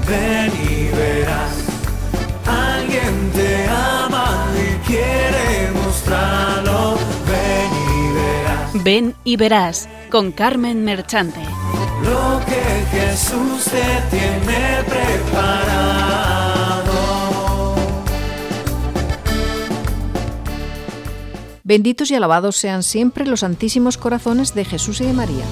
ven y verás. Alguien te ama y quiere mostrarlo, ven y verás. Ven y verás, con Carmen Merchante. Lo que Jesús te tiene preparado. Benditos y alabados sean siempre los santísimos corazones de Jesús y de María.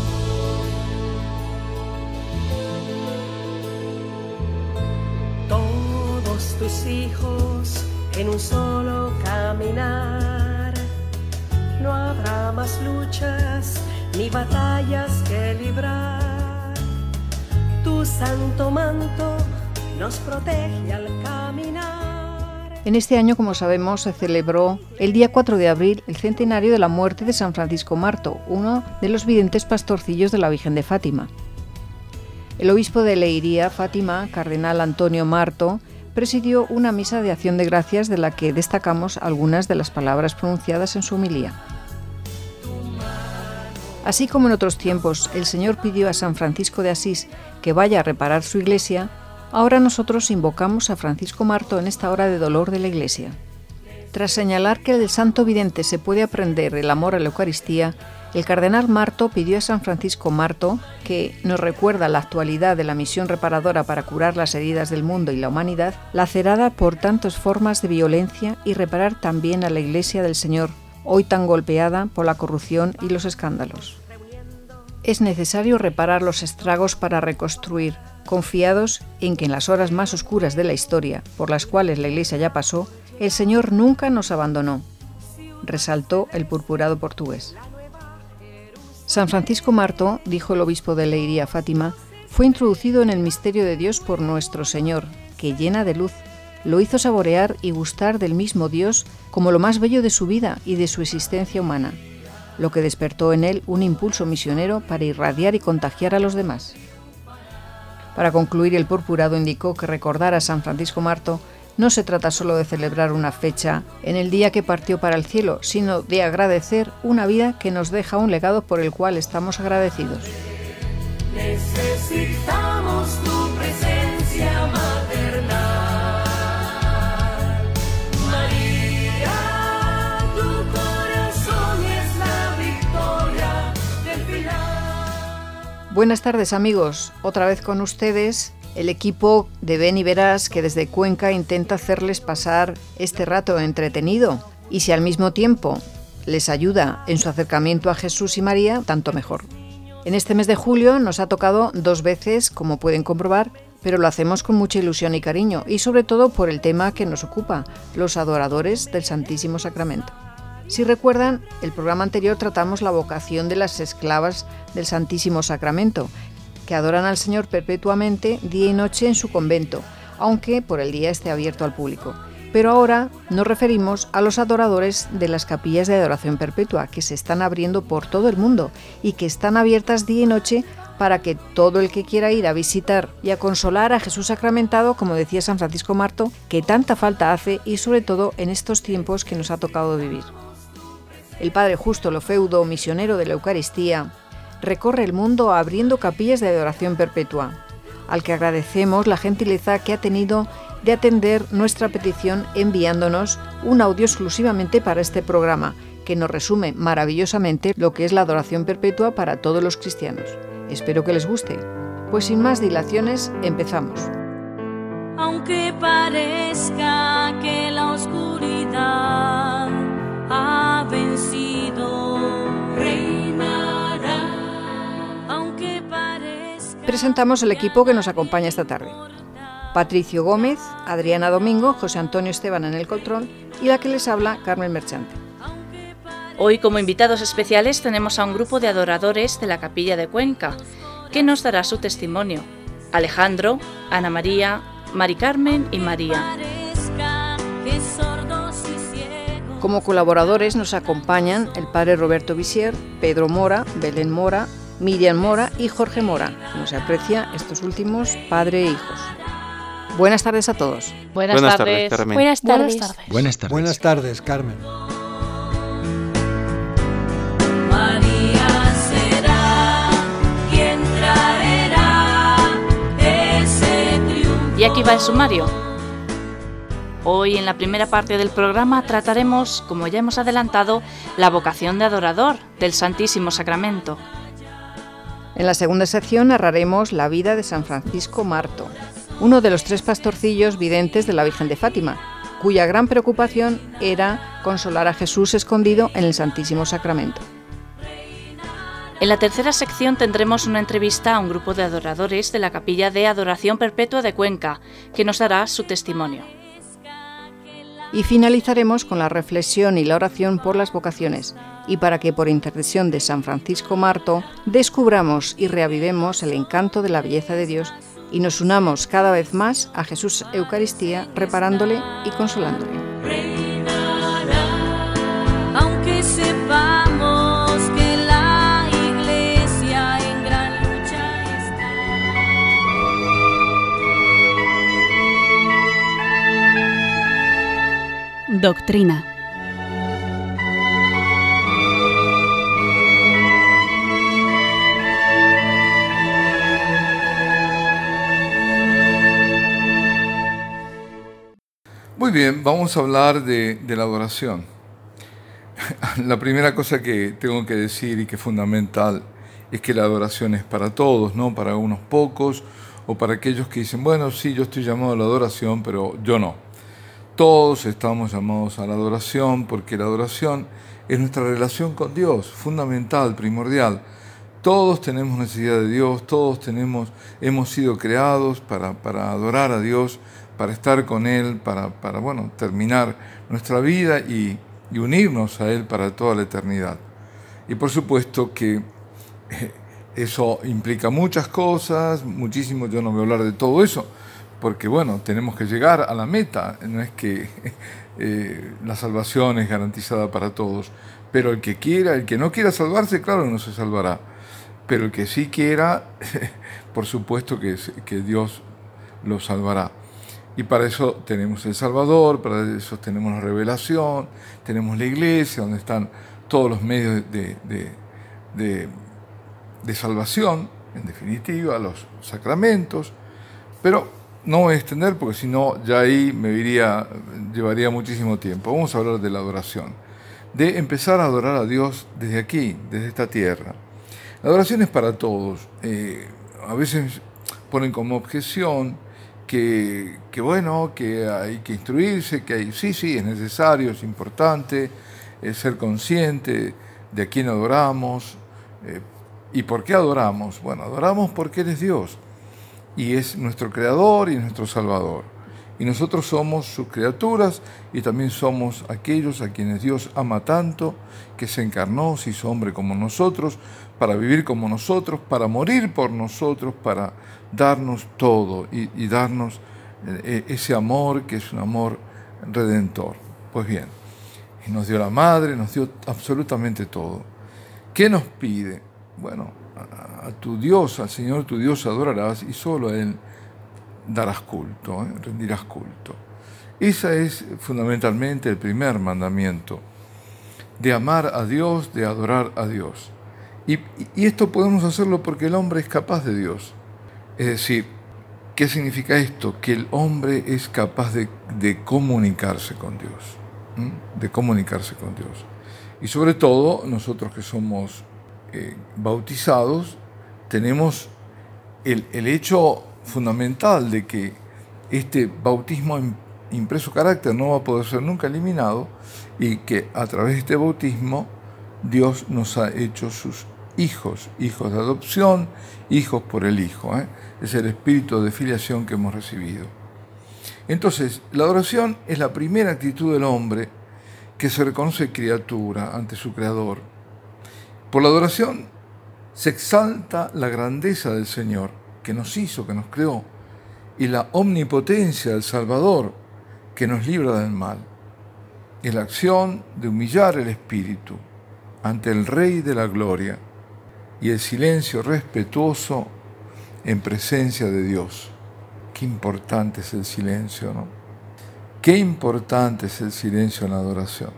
Todos tus hijos en un solo caminar. No habrá más luchas ni batallas que librar. Tu santo manto nos protege al caminar. En este año, como sabemos, se celebró el día 4 de abril el centenario de la muerte de San Francisco Marto, uno de los videntes pastorcillos de la Virgen de Fátima. El obispo de Leiria, Fátima, cardenal Antonio Marto, presidió una misa de acción de gracias de la que destacamos algunas de las palabras pronunciadas en su homilía. Así como en otros tiempos el Señor pidió a San Francisco de Asís que vaya a reparar su iglesia, ahora nosotros invocamos a Francisco Marto en esta hora de dolor de la Iglesia. Tras señalar que del santo vidente se puede aprender el amor a la Eucaristía, el cardenal Marto pidió a San Francisco Marto, que nos recuerda la actualidad de la misión reparadora para curar las heridas del mundo y la humanidad, lacerada por tantas formas de violencia, y reparar también a la Iglesia del Señor, hoy tan golpeada por la corrupción y los escándalos. Es necesario reparar los estragos para reconstruir, confiados en que en las horas más oscuras de la historia, por las cuales la Iglesia ya pasó, el Señor nunca nos abandonó, resaltó el purpurado portugués. San Francisco Marto, dijo el obispo de Leiria, Fátima, fue introducido en el misterio de Dios por nuestro Señor, que llena de luz, lo hizo saborear y gustar del mismo Dios como lo más bello de su vida y de su existencia humana, lo que despertó en él un impulso misionero para irradiar y contagiar a los demás. Para concluir, el purpurado indicó que recordar a San Francisco Marto no se trata solo de celebrar una fecha en el día que partió para el cielo, sino de agradecer una vida que nos deja un legado por el cual estamos agradecidos. Necesitamos tu presencia maternal. María, tu corazón es la victoria del final. Buenas tardes, amigos, otra vez con ustedes el equipo de Ven y Verás, que desde Cuenca intenta hacerles pasar este rato entretenido, y si al mismo tiempo les ayuda en su acercamiento a Jesús y María, tanto mejor. En este mes de julio nos ha tocado 2 veces, como pueden comprobar, pero lo hacemos con mucha ilusión y cariño, y sobre todo por el tema que nos ocupa, los adoradores del Santísimo Sacramento. Si recuerdan, el programa anterior tratamos la vocación de las esclavas del Santísimo Sacramento, que adoran al Señor perpetuamente día y noche en su convento, aunque por el día esté abierto al público. Pero ahora nos referimos a los adoradores de las capillas de adoración perpetua, que se están abriendo por todo el mundo y que están abiertas día y noche para que todo el que quiera ir a visitar y a consolar a Jesús sacramentado, como decía San Francisco Marto, que tanta falta hace, y sobre todo en estos tiempos que nos ha tocado vivir. El padre Justo Lofeudo, misionero de la Eucaristía, recorre el mundo abriendo capillas de adoración perpetua, al que agradecemos la gentileza que ha tenido de atender nuestra petición enviándonos un audio exclusivamente para este programa, que nos resume maravillosamente lo que es la adoración perpetua para todos los cristianos. Espero que les guste. Pues sin más dilaciones, empezamos. Aunque parezca que la oscuridad ha vencido, reinará. Aunque parezca... Presentamos el equipo que nos acompaña esta tarde. Patricio Gómez, Adriana Domingo, José Antonio Esteban en el control y la que les habla, Carmen Merchante. Hoy, como invitados especiales, tenemos a un grupo de adoradores de la Capilla de Cuenca, que nos dará su testimonio. Alejandro, Ana María, Mari Carmen y María. Como colaboradores nos acompañan el padre Roberto Visier, Pedro Mora, Belén Mora, Miriam Mora y Jorge Mora. Como se aprecia, estos últimos, padre e hijos. Buenas tardes a todos. Buenas tardes, Carmen. Buenas tardes. Buenas tardes. Buenas tardes, Carmen. María será quien traerá ese triunfo. Y aquí va el sumario. Hoy en la primera parte del programa trataremos, como ya hemos adelantado, la vocación de adorador del Santísimo Sacramento. En la segunda sección narraremos la vida de San Francisco Marto, uno de los 3 pastorcillos videntes de la Virgen de Fátima, cuya gran preocupación era consolar a Jesús escondido en el Santísimo Sacramento. En la tercera sección tendremos una entrevista a un grupo de adoradores de la Capilla de Adoración Perpetua de Cuenca, que nos dará su testimonio. Y finalizaremos con la reflexión y la oración por las vocaciones, y para que por intercesión de San Francisco Marto descubramos y reavivemos el encanto de la belleza de Dios y nos unamos cada vez más a Jesús Eucaristía, reparándole y consolándole. Aunque sepamos que la Iglesia en gran lucha está. Doctrina. Muy bien, vamos a hablar de la adoración. La primera cosa que tengo que decir y que es fundamental es que la adoración es para todos, no para unos pocos o para aquellos que dicen, bueno, sí, yo estoy llamado a la adoración, pero yo no. Todos estamos llamados a la adoración porque la adoración es nuestra relación con Dios, fundamental, primordial. Todos tenemos necesidad de Dios, todos hemos sido creados para adorar a Dios, para estar con Él, para terminar nuestra vida y unirnos a Él para toda la eternidad. Y por supuesto que eso implica muchas cosas, muchísimo. Yo no voy a hablar de todo eso, porque tenemos que llegar a la meta. No es que la salvación es garantizada para todos, pero el que no quiera salvarse, claro, no se salvará. Pero el que sí quiera, por supuesto que Dios lo salvará. Y para eso tenemos el Salvador, para eso tenemos la revelación, tenemos la iglesia, donde están todos los medios de salvación, en definitiva, los sacramentos. Pero no voy a extender porque si no, ya ahí llevaría muchísimo tiempo. Vamos a hablar de la adoración, de empezar a adorar a Dios desde aquí, desde esta tierra. La adoración es para todos. A veces ponen como objeción que hay que instruirse, sí, es necesario, es importante ser consciente de a quién adoramos y por qué adoramos. Bueno, adoramos porque Él es Dios y es nuestro Creador y nuestro Salvador. Y nosotros somos sus criaturas y también somos aquellos a quienes Dios ama tanto, que se encarnó, se hizo hombre como nosotros, para vivir como nosotros, para morir por nosotros, para darnos todo y darnos ese amor que es un amor redentor. Pues bien, nos dio la madre, nos dio absolutamente todo. ¿Qué nos pide? Bueno, a tu Dios, al Señor tu Dios adorarás y solo a Él darás culto, rendirás culto. Ese es fundamentalmente el primer mandamiento, de amar a Dios, de adorar a Dios. Y esto podemos hacerlo porque el hombre es capaz de Dios. Es decir, ¿qué significa esto? Que el hombre es capaz de comunicarse con Dios. De comunicarse con Dios. Y sobre todo, nosotros que somos bautizados, tenemos el hecho fundamental de que este bautismo impreso carácter no va a poder ser nunca eliminado y que a través de este bautismo Dios nos ha hecho sus hijos de adopción, hijos por el Hijo. Es el espíritu de filiación que hemos recibido. Entonces, la adoración es la primera actitud del hombre que se reconoce criatura ante su Creador. Por la adoración se exalta la grandeza del Señor, que nos hizo, que nos creó, y la omnipotencia del Salvador, que nos libra del mal. Es la acción de humillar el espíritu ante el Rey de la Gloria y el silencio respetuoso en presencia de Dios. Qué importante es el silencio, ¿no? Qué importante es el silencio en la adoración.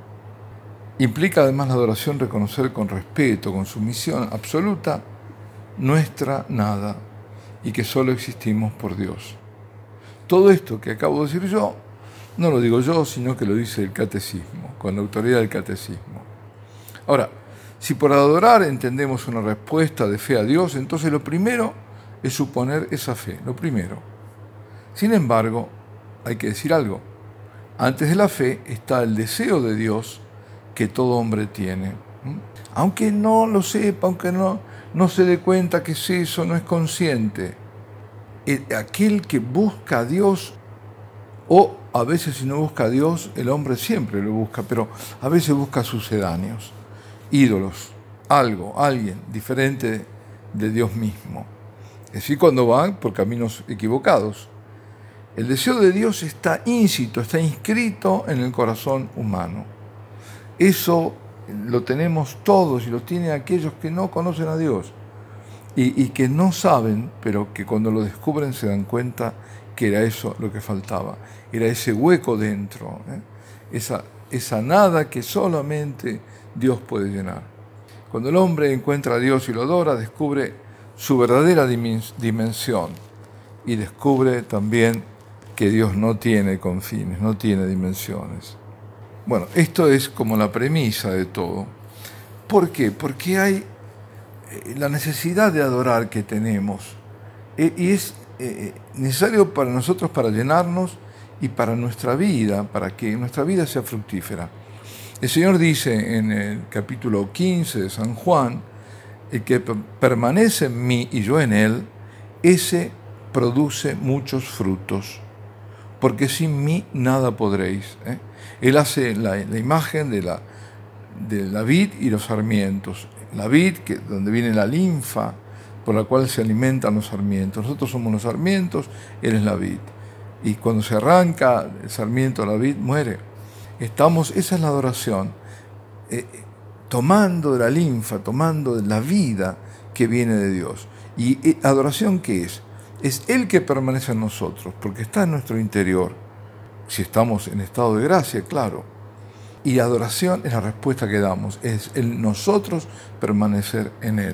Implica además la adoración reconocer con respeto, con sumisión absoluta, nuestra nada y que solo existimos por Dios. Todo esto que acabo de decir yo, no lo digo yo, sino que lo dice el catecismo, con la autoridad del catecismo. Ahora, si por adorar entendemos una respuesta de fe a Dios, entonces lo primero es suponer esa fe, lo primero. Sin embargo, hay que decir algo. Antes de la fe está el deseo de Dios que todo hombre tiene. Aunque no lo sepa, aunque no se dé cuenta que es eso, no es consciente. Aquel que busca a Dios, o a veces si no busca a Dios, el hombre siempre lo busca, pero a veces busca sucedáneos, ídolos, algo, alguien diferente de Dios mismo. Es decir, cuando van por caminos equivocados. El deseo de Dios está íncito, está inscrito en el corazón humano. Eso lo tenemos todos y lo tienen aquellos que no conocen a Dios y que no saben, pero que cuando lo descubren se dan cuenta que era eso lo que faltaba. Era ese hueco dentro, esa nada que solamente Dios puede llenar. Cuando el hombre encuentra a Dios y lo adora, descubre su verdadera dimensión y descubre también que Dios no tiene confines, no tiene dimensiones. Bueno, esto es como la premisa de todo. ¿Por qué? Porque hay la necesidad de adorar que tenemos y es necesario para nosotros para llenarnos y para nuestra vida, para que nuestra vida sea fructífera. El Señor dice en el capítulo 15 de San Juan, el que permanece en mí y yo en él, ese produce muchos frutos, porque sin mí nada podréis. Él hace la imagen de la vid y los sarmientos. La vid, donde viene la linfa, por la cual se alimentan los sarmientos. Nosotros somos los sarmientos, Él es la vid. Y cuando se arranca el sarmiento de la vid, muere. Esa es la adoración, tomando de la linfa, tomando de la vida que viene de Dios. ¿Y adoración qué es? Es Él que permanece en nosotros, porque está en nuestro interior. Si estamos en estado de gracia, claro. Y adoración es la respuesta que damos, es el nosotros permanecer en Él.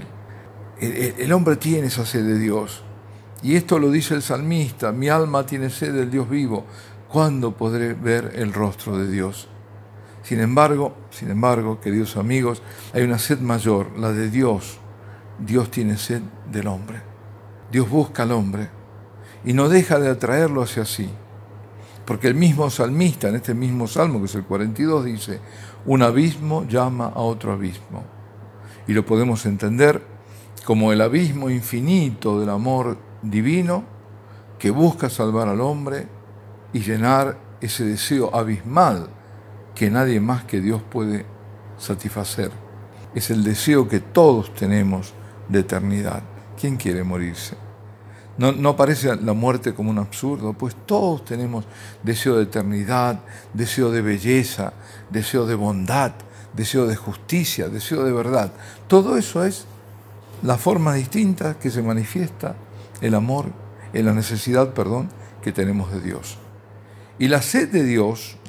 El hombre tiene esa sed de Dios. Y esto lo dice el salmista: mi alma tiene sed del Dios vivo. ¿Cuándo podré ver el rostro de Dios? Sin embargo, queridos amigos, hay una sed mayor, la de Dios. Dios tiene sed del hombre. Dios busca al hombre y no deja de atraerlo hacia sí. Porque el mismo salmista, en este mismo salmo, que es el 42, dice: un abismo llama a otro abismo. Y lo podemos entender como el abismo infinito del amor divino que busca salvar al hombre y llenar ese deseo abismal que nadie más que Dios puede satisfacer. Es el deseo que todos tenemos de eternidad. ¿Quién quiere morirse? ¿No parece la muerte como un absurdo? Pues todos tenemos deseo de eternidad, deseo de belleza, deseo de bondad, deseo de justicia, deseo de verdad. Todo eso es la forma distinta que se manifiesta el amor, en la necesidad, que tenemos de Dios. Y la sed de Dios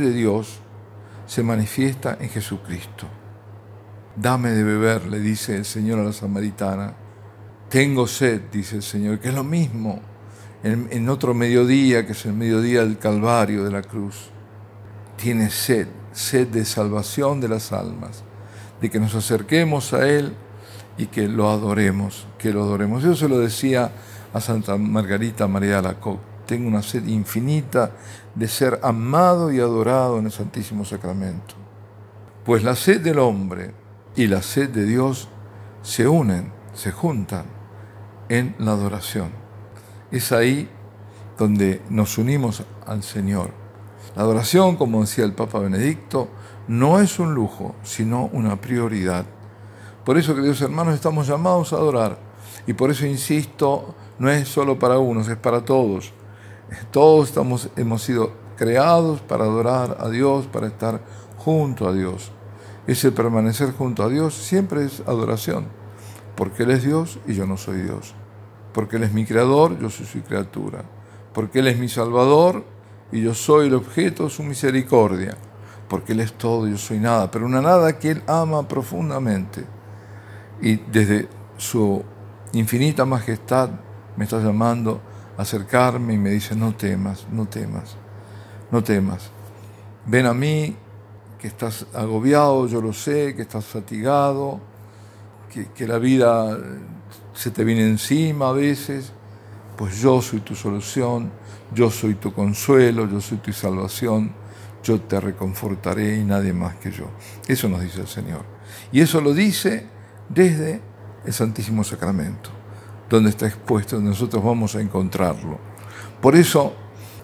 se manifiesta en Jesucristo. Dame de beber, le dice el Señor a la samaritana. Tengo sed, dice el Señor, que es lo mismo en otro mediodía, que es el mediodía del Calvario, de la cruz. Tiene sed de salvación de las almas, de que nos acerquemos a Él y que lo adoremos, Yo se lo decía a Santa Margarita María de Alacoque: tengo una sed infinita de ser amado y adorado en el Santísimo Sacramento. Pues la sed del hombre y la sed de Dios se unen, se juntan en la adoración. Es ahí donde nos unimos al Señor. La adoración, como decía el Papa Benedicto, no es un lujo, sino una prioridad. Por eso, queridos hermanos, estamos llamados a adorar. Y por eso insisto, no es solo para unos, es para todos. Todos hemos sido creados para adorar a Dios, para estar junto a Dios. Ese permanecer junto a Dios siempre es adoración, porque Él es Dios y yo no soy Dios. Porque Él es mi creador, yo soy su criatura. Porque Él es mi salvador y yo soy el objeto de su misericordia. Porque Él es todo y yo soy nada, pero una nada que Él ama profundamente. Y desde su infinita majestad me está llamando acercarme y me dice, no temas, no temas, no temas. Ven a mí, que estás agobiado, yo lo sé, que estás fatigado, que la vida se te viene encima a veces, pues yo soy tu solución, yo soy tu consuelo, yo soy tu salvación, yo te reconfortaré y nadie más que yo. Eso nos dice el Señor. Y eso lo dice desde el Santísimo Sacramento, donde está expuesto, donde nosotros vamos a encontrarlo. Por eso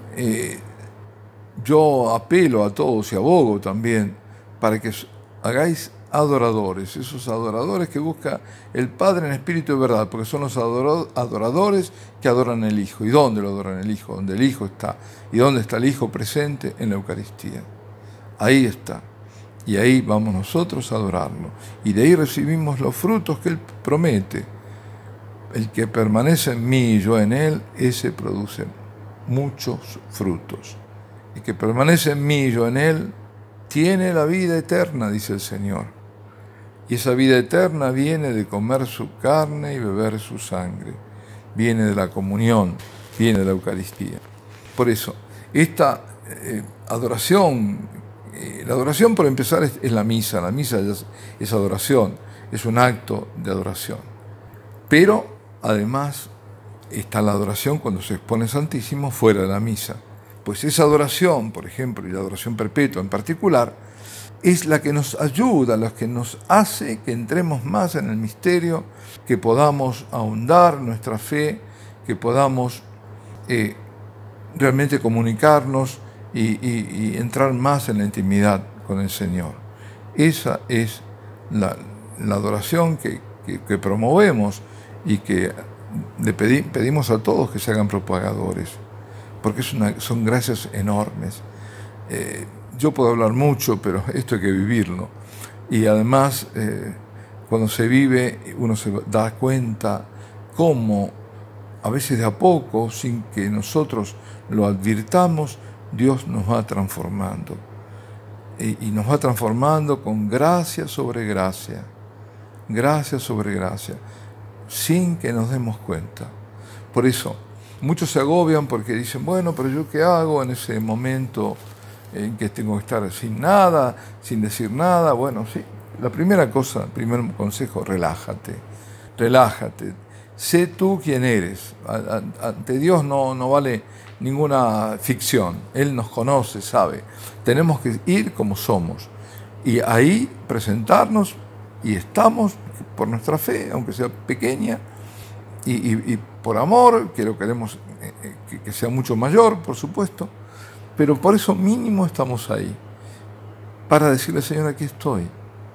yo apelo a todos y abogo también para que hagáis adoradores, esos adoradores que busca el Padre en espíritu de verdad, porque son los adoradores que adoran el Hijo. ¿Y dónde lo adoran el Hijo? Donde el Hijo está. ¿Y dónde está el Hijo presente? En la Eucaristía. Ahí está. Y ahí vamos nosotros a adorarlo. Y de ahí recibimos los frutos que Él promete. El que permanece en mí y yo en Él, ese produce muchos frutos. El que permanece en mí y yo en Él, tiene la vida eterna, dice el Señor. Y esa vida eterna viene de comer su carne y beber su sangre. Viene de la comunión, viene de la Eucaristía. Por eso, esta adoración, la adoración por empezar es la misa. La misa es adoración, es un acto de adoración. Pero, además, está la adoración cuando se expone Santísimo fuera de la misa. Pues esa adoración, por ejemplo, y la adoración perpetua en particular, es la que nos ayuda, la que nos hace que entremos más en el misterio, que podamos ahondar nuestra fe, que podamos realmente comunicarnos y entrar más en la intimidad con el Señor. Esa es la adoración que promovemos y que le pedimos a todos que se hagan propagadores, porque son gracias enormes. Yo puedo hablar mucho, pero esto hay que vivirlo. Y además, cuando se vive, uno se da cuenta cómo, a veces de a poco, sin que nosotros lo advirtamos, Dios nos va transformando. Y nos va transformando con gracia sobre gracia, sin que nos demos cuenta. Por eso, muchos se agobian porque dicen, bueno, pero ¿yo qué hago en ese momento en que tengo que estar sin nada, sin decir nada? Bueno, sí, la primera cosa, el primer consejo, relájate, sé tú quién eres. Ante Dios no vale ninguna ficción, Él nos conoce, sabe. Tenemos que ir como somos y ahí presentarnos, y estamos por nuestra fe, aunque sea pequeña, y por amor, que lo queremos que sea mucho mayor, por supuesto. Pero por eso mínimo estamos ahí, para decirle, Señor, aquí estoy,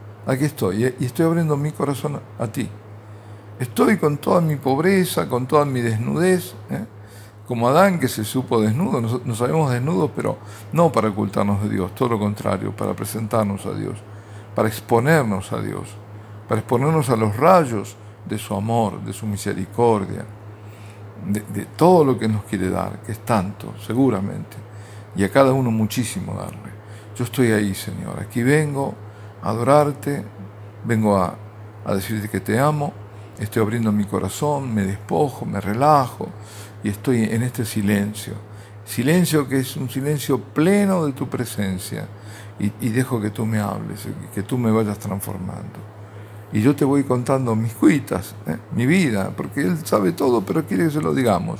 y estoy abriendo mi corazón a ti. Estoy con toda mi pobreza, con toda mi desnudez, como Adán, que se supo desnudo. Nos sabemos desnudos, pero no para ocultarnos de Dios, todo lo contrario, para presentarnos a Dios, para exponernos a Dios, para exponernos a los rayos de su amor, de su misericordia, de todo lo que nos quiere dar, que es tanto, seguramente. Y a cada uno muchísimo darle. Yo estoy ahí, Señor. Aquí vengo a adorarte, vengo a decirte que te amo. Estoy abriendo mi corazón, me despojo, me relajo y estoy en este silencio. Silencio que es un silencio pleno de tu presencia. Y dejo que tú me hables, que tú me vayas transformando. Y yo te voy contando mis cuitas, mi vida, porque Él sabe todo, pero quiere que se lo digamos.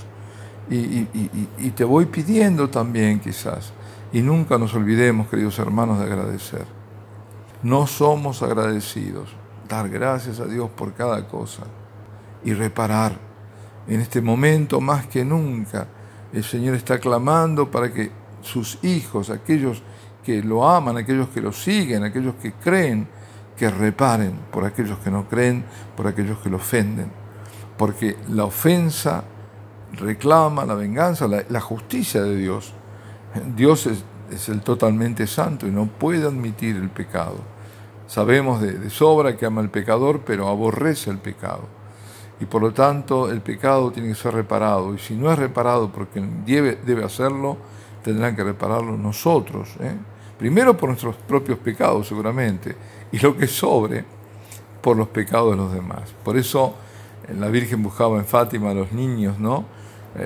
Y te voy pidiendo también, quizás, y nunca nos olvidemos, queridos hermanos, de agradecer. No somos agradecidos. Dar gracias a Dios por cada cosa y reparar. En este momento, más que nunca, el Señor está clamando para que sus hijos, aquellos que lo aman, aquellos que lo siguen, aquellos que creen, que reparen por aquellos que no creen, por aquellos que lo ofenden. Porque la ofensa reclama la venganza, la justicia de Dios. Dios es el totalmente santo y no puede admitir el pecado. Sabemos de sobra que ama al pecador, pero aborrece el pecado. Y por lo tanto el pecado tiene que ser reparado. Y si no es reparado porque debe hacerlo, tendrán que repararlo nosotros. Primero por nuestros propios pecados seguramente, y lo que sobre por los pecados de los demás. Por eso la Virgen buscaba en Fátima a los niños, ¿no? Los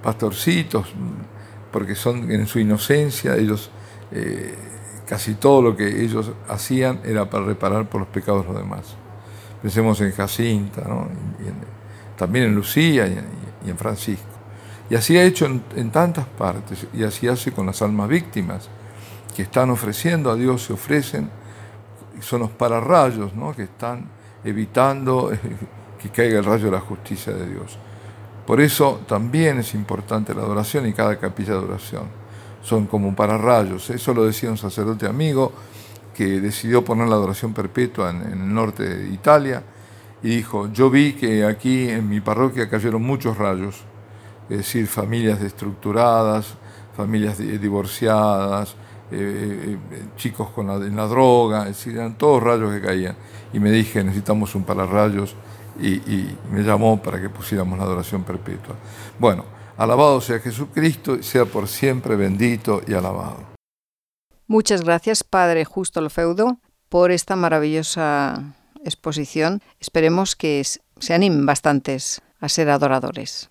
pastorcitos, porque son en su inocencia, ellos casi todo lo que ellos hacían era para reparar por los pecados de los demás. Pensemos en Jacinta, ¿no? También en Lucía y en Francisco. Y así ha hecho en tantas partes, y así hace con las almas víctimas, que están ofreciendo a Dios, se ofrecen, son los pararrayos, ¿no? Que están evitando que caiga el rayo de la justicia de Dios. Por eso también es importante la adoración, y cada capilla de oración son como pararrayos. Eso lo decía un sacerdote amigo que decidió poner la adoración perpetua en el norte de Italia, y dijo: yo vi que aquí en mi parroquia cayeron muchos rayos, es decir, familias destructuradas, familias divorciadas, chicos en la droga, es decir, eran todos rayos que caían. Y me dije: necesitamos un pararrayos, y me llamó para que pusiéramos la adoración perpetua. Bueno, alabado sea Jesucristo, sea por siempre bendito y alabado. Muchas gracias, Padre Justo Lofeudo, por esta maravillosa exposición. Esperemos que se animen bastantes a ser adoradores.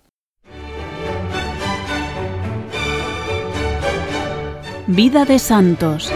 Vida de santos.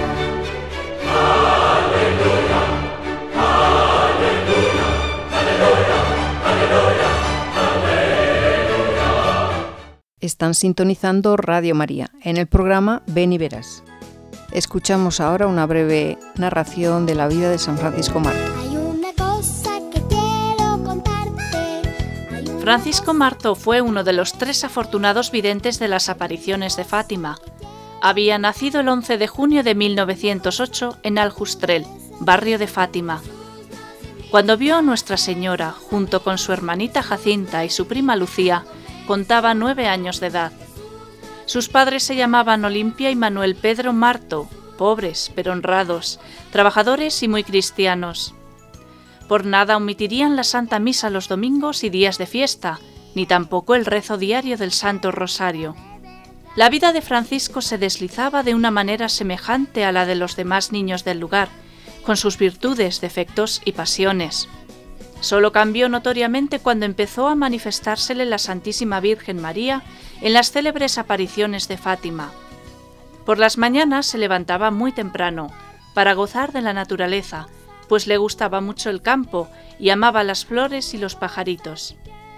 Están sintonizando Radio María en el programa Ven y Verás. Escuchamos ahora una breve narración de la vida de San Francisco Marto. Hay una cosa que quiero contarte. Francisco Marto fue uno de los 3 afortunados videntes de las apariciones de Fátima. Había nacido el 11 de junio de 1908 en Aljustrel, barrio de Fátima. Cuando vio a Nuestra Señora, junto con su hermanita Jacinta y su prima Lucía, contaba 9 años de edad. Sus padres se llamaban Olimpia y Manuel Pedro Marto, pobres pero honrados, trabajadores y muy cristianos. Por nada omitirían la Santa Misa los domingos y días de fiesta, ni tampoco el rezo diario del Santo Rosario. La vida de Francisco se deslizaba de una manera semejante a la de los demás niños del lugar, con sus virtudes, defectos y pasiones. Solo cambió notoriamente cuando empezó a manifestársele la Santísima Virgen María en las célebres apariciones de Fátima. Por las mañanas se levantaba muy temprano, para gozar de la naturaleza, pues le gustaba mucho el campo y amaba las flores y los pajaritos.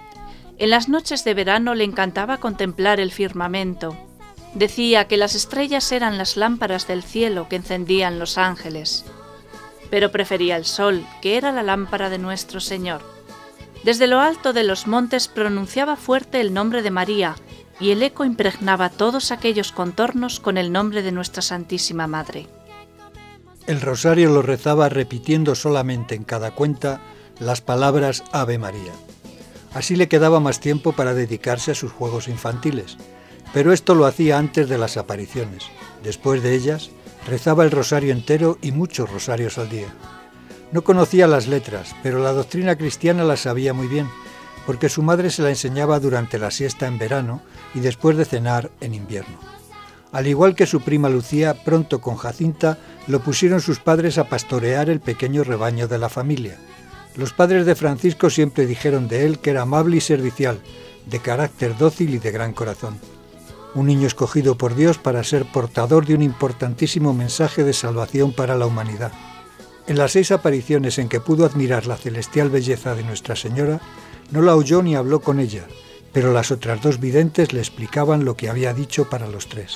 En las noches de verano le encantaba contemplar el firmamento. Decía que las estrellas eran las lámparas del cielo que encendían los ángeles. Pero prefería el sol, que era la lámpara de nuestro Señor. Desde lo alto de los montes pronunciaba fuerte el nombre de María, y el eco impregnaba todos aquellos contornos con el nombre de nuestra Santísima Madre. El rosario lo rezaba repitiendo solamente en cada cuenta las palabras Ave María. Así le quedaba más tiempo para dedicarse a sus juegos infantiles, pero esto lo hacía antes de las apariciones. Después de ellas, rezaba el rosario entero y muchos rosarios al día. No conocía las letras, pero la doctrina cristiana la sabía muy bien, porque su madre se la enseñaba durante la siesta en verano y después de cenar en invierno. Al igual que su prima Lucía, pronto con Jacinta lo pusieron sus padres a pastorear el pequeño rebaño de la familia. Los padres de Francisco siempre dijeron de él que era amable y servicial, de carácter dócil y de gran corazón. Un niño escogido por Dios para ser portador de un importantísimo mensaje de salvación para la humanidad. En las 6 apariciones en que pudo admirar la celestial belleza de Nuestra Señora, no la oyó ni habló con ella, pero las otras 2 videntes le explicaban lo que había dicho para los 3.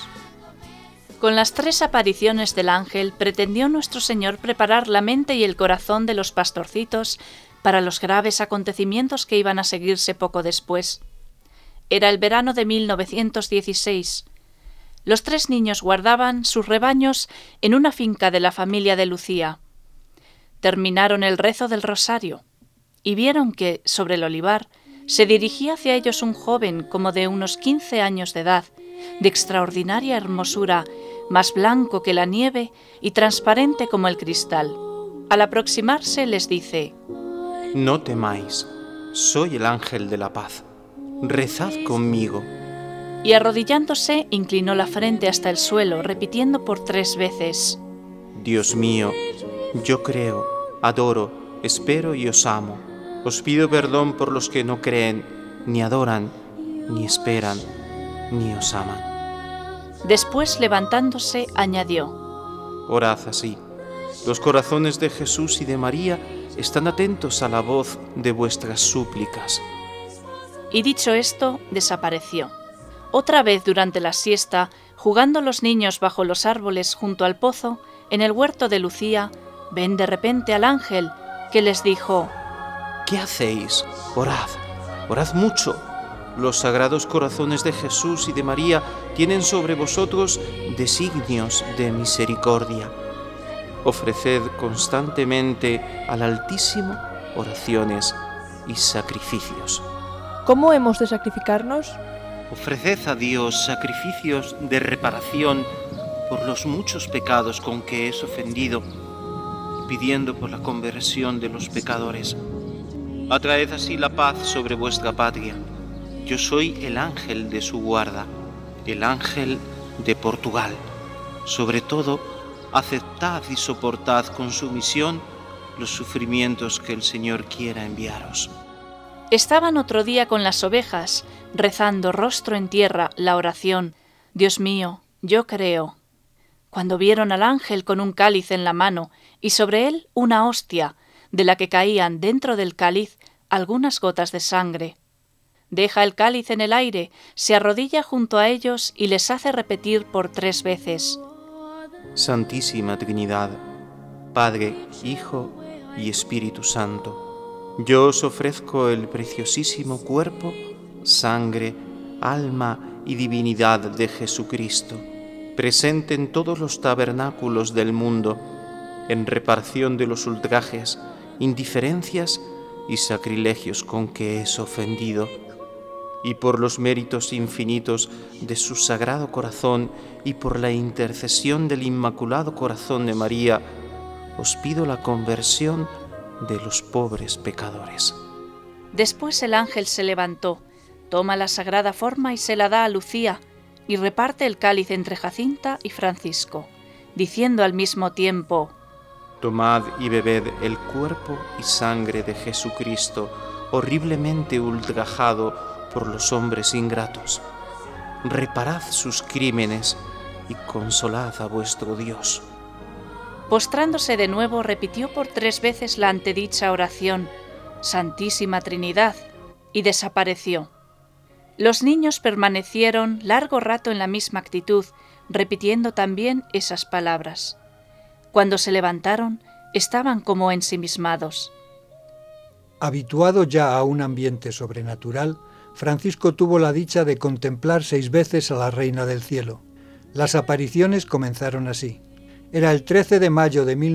Con las 3 apariciones del ángel pretendió nuestro Señor preparar la mente y el corazón de los pastorcitos para los graves acontecimientos que iban a seguirse poco después. Era el verano de 1916. Los 3 niños guardaban sus rebaños en una finca de la familia de Lucía. Terminaron el rezo del rosario y vieron que, sobre el olivar, se dirigía hacia ellos un joven como de unos 15 años de edad, de extraordinaria hermosura, más blanco que la nieve y transparente como el cristal. Al aproximarse les dice: No temáis, soy el ángel de la paz. Rezad conmigo. Y arrodillándose, inclinó la frente hasta el suelo, repitiendo por 3 veces: Dios mío, yo creo, adoro, espero y os amo. Os pido perdón por los que no creen, ni adoran, ni esperan. ni os aman. Después, levantándose, añadió: Orad así. Los corazones de Jesús y de María están atentos a la voz de vuestras súplicas. Y dicho esto, desapareció. Otra vez durante la siesta, jugando los niños bajo los árboles junto al pozo, en el huerto de Lucía, ven de repente al ángel, que les dijo: ¿Qué hacéis? Orad, orad mucho. Los sagrados corazones de Jesús y de María tienen sobre vosotros designios de misericordia. Ofreced constantemente al Altísimo oraciones y sacrificios. ¿Cómo hemos de sacrificarnos? Ofreced a Dios sacrificios de reparación por los muchos pecados con que es ofendido, pidiendo por la conversión de los pecadores. Atraed así la paz sobre vuestra patria. Yo soy el ángel de su guarda, el ángel de Portugal. Sobre todo, aceptad y soportad con sumisión los sufrimientos que el Señor quiera enviaros. Estaban otro día con las ovejas, rezando rostro en tierra la oración: Dios mío, yo creo. Cuando vieron al ángel con un cáliz en la mano y sobre él una hostia, de la que caían dentro del cáliz algunas gotas de sangre. Deja el cáliz en el aire, se arrodilla junto a ellos y les hace repetir por 3 veces: Santísima Trinidad, Padre, Hijo y Espíritu Santo, yo os ofrezco el preciosísimo cuerpo, sangre, alma y divinidad de Jesucristo, presente en todos los tabernáculos del mundo, en reparación de los ultrajes, indiferencias y sacrilegios con que es ofendido, y por los méritos infinitos de su Sagrado Corazón y por la intercesión del Inmaculado Corazón de María, os pido la conversión de los pobres pecadores. Después el ángel se levantó, toma la sagrada forma y se la da a Lucía, y reparte el cáliz entre Jacinta y Francisco, diciendo al mismo tiempo: Tomad y bebed el cuerpo y sangre de Jesucristo, horriblemente ultrajado por los hombres ingratos. Reparad sus crímenes y consolad a vuestro Dios. Postrándose de nuevo, repitió por 3 veces la antedicha oración: Santísima Trinidad, y desapareció. Los niños permanecieron largo rato en la misma actitud, repitiendo también esas palabras. Cuando se levantaron, estaban como ensimismados. Habituado ya a un ambiente sobrenatural, Francisco tuvo la dicha de contemplar 6 veces a la Reina del Cielo. Las apariciones comenzaron así. Era el 13 de mayo de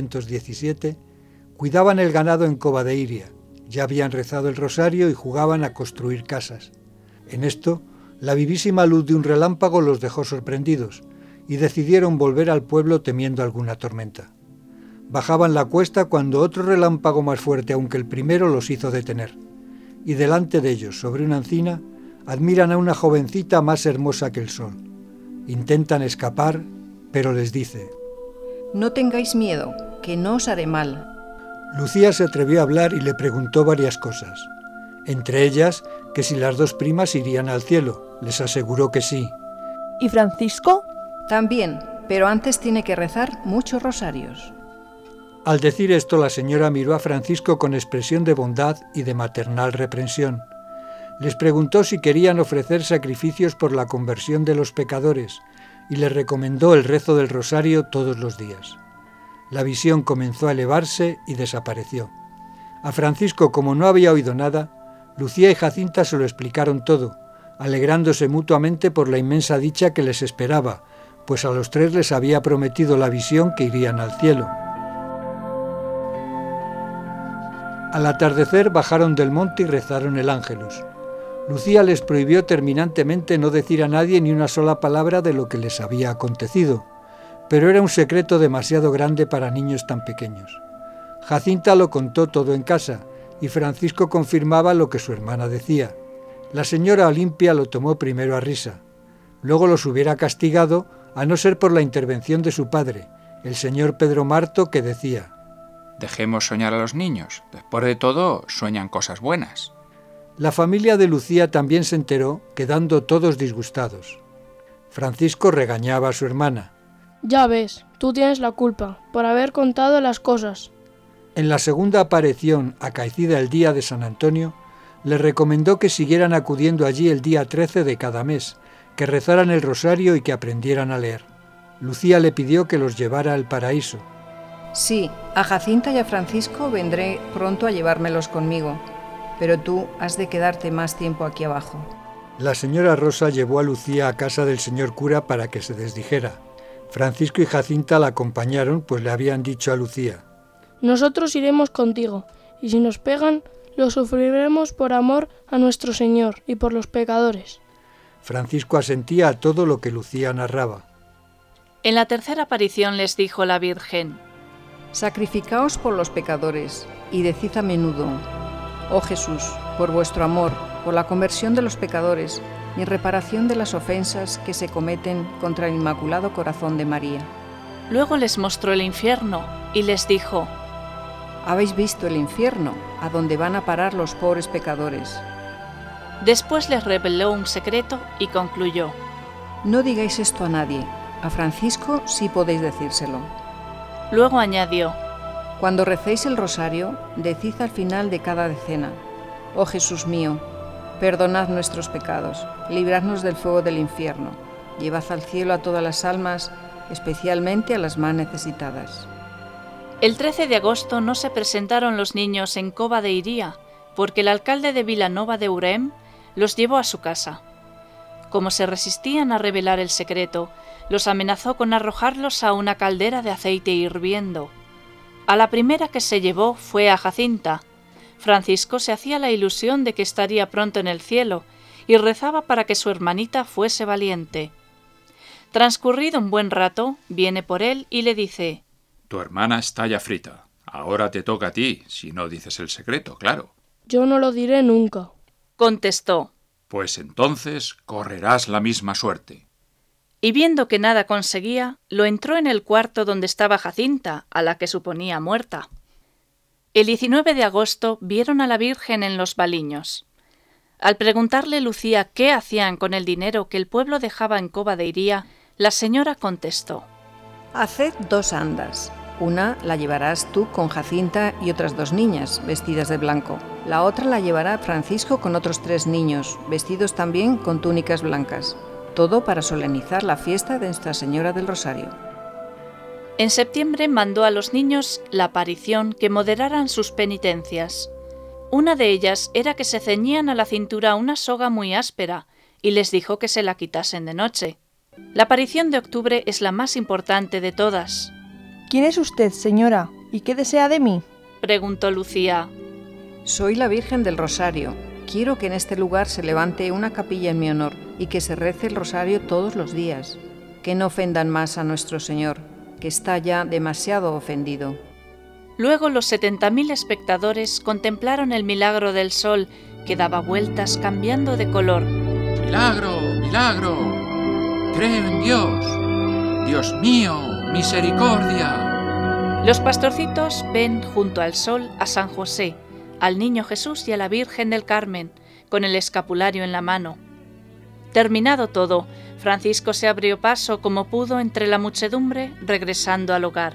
1917, cuidaban el ganado en Cova de Iria, ya habían rezado el rosario y jugaban a construir casas. En esto, la vivísima luz de un relámpago los dejó sorprendidos y decidieron volver al pueblo temiendo alguna tormenta. Bajaban la cuesta cuando otro relámpago más fuerte aún que el primero los hizo detener, y delante de ellos, sobre una encina, admiran a una jovencita más hermosa que el sol. Intentan escapar, pero les dice: No tengáis miedo, que no os haré mal. Lucía se atrevió a hablar y le preguntó varias cosas. Entre ellas, que si las 2 primas irían al cielo. Les aseguró que sí. ¿Y Francisco? También, pero antes tiene que rezar muchos rosarios. Al decir esto, la señora miró a Francisco con expresión de bondad y de maternal reprensión. Les preguntó si querían ofrecer sacrificios por la conversión de los pecadores y les recomendó el rezo del rosario todos los días. La visión comenzó a elevarse y desapareció. A Francisco, como no había oído nada, Lucía y Jacinta se lo explicaron todo, alegrándose mutuamente por la inmensa dicha que les esperaba, pues a los 3 les había prometido la visión que irían al cielo. Al atardecer bajaron del monte y rezaron el Ángelus. Lucía les prohibió terminantemente no decir a nadie ni una sola palabra de lo que les había acontecido, pero era un secreto demasiado grande para niños tan pequeños. Jacinta lo contó todo en casa, y Francisco confirmaba lo que su hermana decía. La señora Olimpia lo tomó primero a risa. Luego los hubiera castigado, a no ser por la intervención de su padre, el señor Pedro Marto, que decía: Dejemos soñar a los niños. Después de todo, sueñan cosas buenas. La familia de Lucía también se enteró, quedando todos disgustados. Francisco regañaba a su hermana. Ya ves, tú tienes la culpa por haber contado las cosas. En la segunda aparición, acaecida el día de San Antonio, les recomendó que siguieran acudiendo allí el día 13 de cada mes, que rezaran el rosario y que aprendieran a leer. Lucía le pidió que los llevara al paraíso. Sí, a Jacinta y a Francisco vendré pronto a llevármelos conmigo, pero tú has de quedarte más tiempo aquí abajo. La señora Rosa llevó a Lucía a casa del señor cura para que se desdijera. Francisco y Jacinta la acompañaron, pues le habían dicho a Lucía: Nosotros iremos contigo, y si nos pegan, lo sufriremos por amor a nuestro Señor y por los pecadores. Francisco asentía a todo lo que Lucía narraba. En la tercera aparición les dijo la Virgen: Sacrificaos por los pecadores, y decid a menudo: Oh Jesús, por vuestro amor, por la conversión de los pecadores, y en reparación de las ofensas que se cometen contra el Inmaculado Corazón de María. Luego les mostró el infierno, y les dijo: Habéis visto el infierno, a donde van a parar los pobres pecadores. Después les reveló un secreto y concluyó: No digáis esto a nadie, a Francisco sí podéis decírselo. Luego añadió: Cuando recéis el rosario, decid al final de cada decena: Oh Jesús mío, perdonad nuestros pecados, libradnos del fuego del infierno, llevad al cielo a todas las almas, especialmente a las más necesitadas. El 13 de agosto no se presentaron los niños en Cova de Iría, porque el alcalde de Vilanova de Urem los llevó a su casa. Como se resistían a revelar el secreto, los amenazó con arrojarlos a una caldera de aceite hirviendo. A la primera que se llevó fue a Jacinta. Francisco se hacía la ilusión de que estaría pronto en el cielo y rezaba para que su hermanita fuese valiente. Transcurrido un buen rato, viene por él y le dice: Tu hermana está ya frita. Ahora te toca a ti, si no dices el secreto, claro. Yo no lo diré nunca, contestó. Pues entonces correrás la misma suerte. Y viendo que nada conseguía, lo entró en el cuarto donde estaba Jacinta, a la que suponía muerta. El 19 de agosto vieron a la Virgen en los Baliños. Al preguntarle Lucía qué hacían con el dinero que el pueblo dejaba en Cova de Iría, la señora contestó: Haced 2 andas. Una la llevarás tú con Jacinta y otras 2 niñas, vestidas de blanco. La otra la llevará Francisco con otros 3 niños, vestidos también con túnicas blancas. Todo para solemnizar la fiesta de Nuestra Señora del Rosario. En septiembre mandó a los niños la aparición que moderaran sus penitencias. Una de ellas era que se ceñían a la cintura una soga muy áspera y les dijo que se la quitasen de noche. La aparición de octubre es la más importante de todas. ¿Quién es usted, señora? ¿Y qué desea de mí? Preguntó Lucía. Soy la Virgen del Rosario. Quiero que en este lugar se levante una capilla en mi honor y que se rece el rosario todos los días. Que no ofendan más a nuestro Señor, que está ya demasiado ofendido. Luego los 70.000 espectadores contemplaron el milagro del sol que daba vueltas cambiando de color. ¡Milagro! ¡Milagro! ¡Creo en Dios! ¡Dios mío! ¡Misericordia! Los pastorcitos ven junto al sol a San José, al Niño Jesús y a la Virgen del Carmen, con el escapulario en la mano. Terminado todo, Francisco se abrió paso como pudo entre la muchedumbre, regresando al hogar.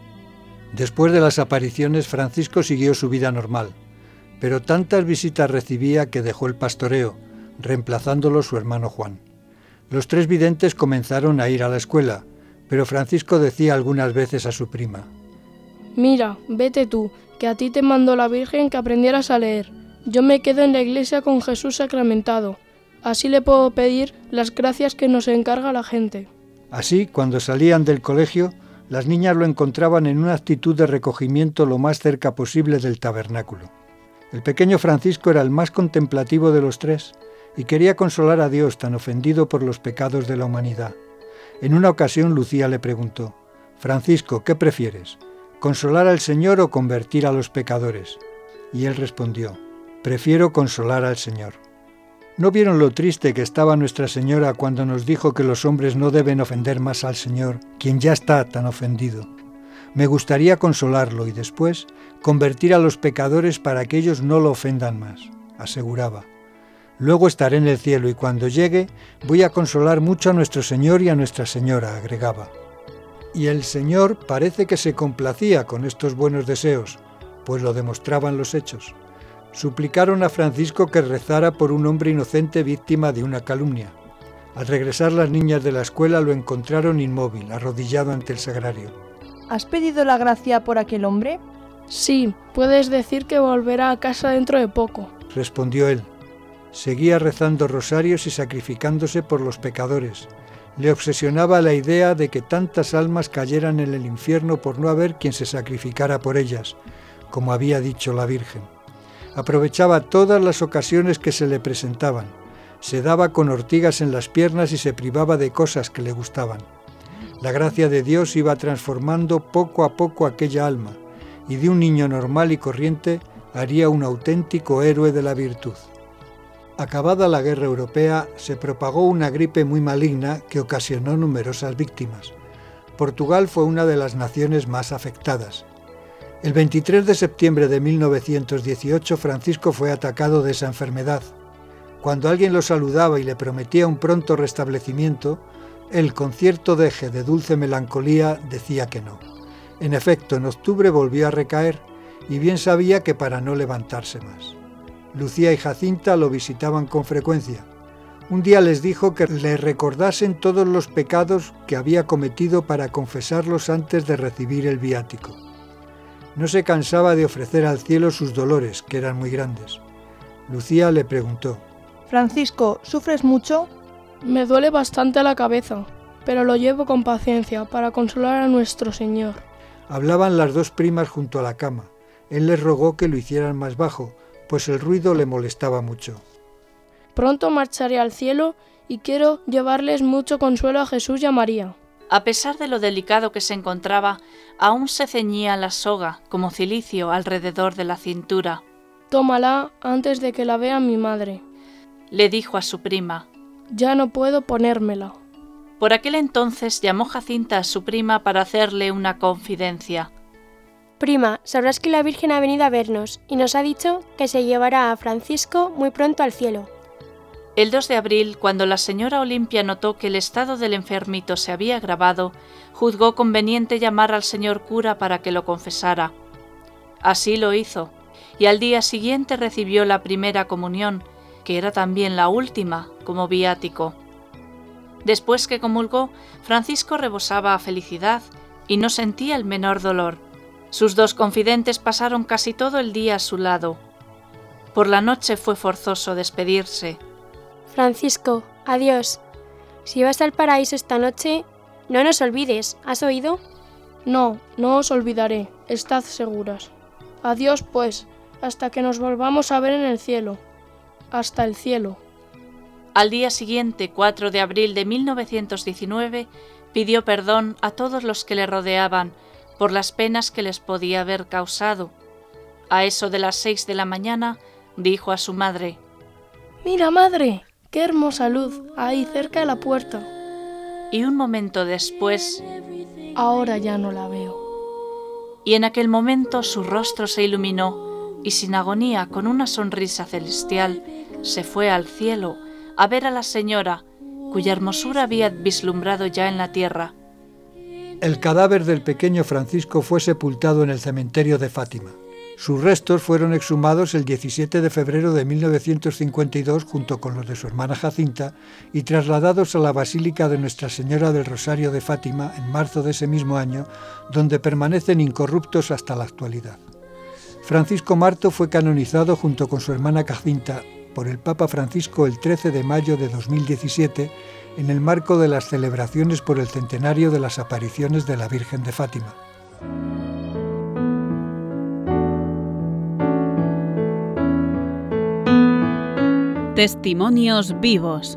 Después de las apariciones, Francisco siguió su vida normal, pero tantas visitas recibía que dejó el pastoreo, reemplazándolo su hermano Juan. Los 3 videntes comenzaron a ir a la escuela, pero Francisco decía algunas veces a su prima: Mira, vete tú, que a ti te mandó la Virgen que aprendieras a leer. Yo me quedo en la iglesia con Jesús sacramentado. Así le puedo pedir las gracias que nos encarga la gente. Así, cuando salían del colegio, las niñas lo encontraban en una actitud de recogimiento lo más cerca posible del tabernáculo. El pequeño Francisco era el más contemplativo de los 3 y quería consolar a Dios tan ofendido por los pecados de la humanidad. En una ocasión Lucía le preguntó: Francisco, ¿qué prefieres? ¿Consolar al Señor o convertir a los pecadores? Y él respondió: prefiero consolar al Señor. ¿No vieron lo triste que estaba Nuestra Señora cuando nos dijo que los hombres no deben ofender más al Señor, quien ya está tan ofendido? Me gustaría consolarlo y después convertir a los pecadores para que ellos no lo ofendan más. aseguraba. Luego estaré en el cielo y cuando llegue voy a consolar mucho a nuestro Señor y a Nuestra Señora, agregaba. Y el Señor parece que se complacía con estos buenos deseos, pues lo demostraban los hechos. Suplicaron a Francisco que rezara por un hombre inocente víctima de una calumnia. Al regresar las niñas de la escuela lo encontraron inmóvil, arrodillado ante el sagrario. ¿Has pedido la gracia por aquel hombre? Sí, puedes decir que volverá a casa dentro de poco, respondió él. Seguía rezando rosarios y sacrificándose por los pecadores. Le obsesionaba la idea de que tantas almas cayeran en el infierno por no haber quien se sacrificara por ellas, como había dicho la Virgen. Aprovechaba todas las ocasiones que se le presentaban. Se daba con ortigas en las piernas y se privaba de cosas que le gustaban. La gracia de Dios iba transformando poco a poco aquella alma, y de un niño normal y corriente haría un auténtico héroe de la virtud. Acabada la guerra europea, se propagó una gripe muy maligna que ocasionó numerosas víctimas. Portugal fue una de las naciones más afectadas. El 23 de septiembre de 1918, Francisco fue atacado de esa enfermedad. Cuando alguien lo saludaba y le prometía un pronto restablecimiento, él, con cierto deje de dulce melancolía, decía que no. En efecto, en octubre volvió a recaer, y bien sabía que para no levantarse más. Lucía y Jacinta lo visitaban con frecuencia. Un día les dijo que le recordasen todos los pecados que había cometido para confesarlos antes de recibir el viático. No se cansaba de ofrecer al cielo sus dolores, que eran muy grandes. Lucía le preguntó: Francisco, ¿sufres mucho? Me duele bastante la cabeza, pero lo llevo con paciencia para consolar a nuestro Señor. Hablaban las dos primas junto a la cama. Él les rogó que lo hicieran más bajo, pues el ruido le molestaba mucho. Pronto marcharé al cielo y quiero llevarles mucho consuelo a Jesús y a María. A pesar de lo delicado que se encontraba, aún se ceñía la soga como cilicio alrededor de la cintura. Tómala antes de que la vea mi madre, le dijo a su prima. Ya no puedo ponérmela. Por aquel entonces llamó Jacinta a su prima para hacerle una confidencia. Prima, sabrás que la Virgen ha venido a vernos y nos ha dicho que se llevará a Francisco muy pronto al cielo. El 2 de abril, cuando la señora Olimpia notó que el estado del enfermito se había agravado, juzgó conveniente llamar al señor cura para que lo confesara. Así lo hizo, y al día siguiente recibió la primera comunión, que era también la última, como viático. Después que comulgó, Francisco rebosaba a felicidad y no sentía el menor dolor. Sus dos confidentes pasaron casi todo el día a su lado. Por la noche fue forzoso despedirse. Francisco, adiós. Si vas al paraíso esta noche, no nos olvides, ¿has oído? No, no os olvidaré, estad seguras. Adiós, pues, hasta que nos volvamos a ver en el cielo. Hasta el cielo. Al día siguiente, 4 de abril de 1919, pidió perdón a todos los que le rodeaban por las penas que les podía haber causado. A eso de las 6 de la mañana, dijo a su madre: «Mira, madre, qué hermosa luz ahí cerca de la puerta». Y un momento después: «Ahora ya no la veo». Y en aquel momento su rostro se iluminó y sin agonía, con una sonrisa celestial, se fue al cielo a ver a la señora, cuya hermosura había vislumbrado ya en la tierra. El cadáver del pequeño Francisco fue sepultado en el cementerio de Fátima. Sus restos fueron exhumados el 17 de febrero de 1952 junto con los de su hermana Jacinta y trasladados a la Basílica de Nuestra Señora del Rosario de Fátima en marzo de ese mismo año, donde permanecen incorruptos hasta la actualidad. Francisco Marto fue canonizado junto con su hermana Jacinta por el Papa Francisco el 13 de mayo de 2017 en el marco de las celebraciones por el centenario de las apariciones de la Virgen de Fátima. Testimonios vivos.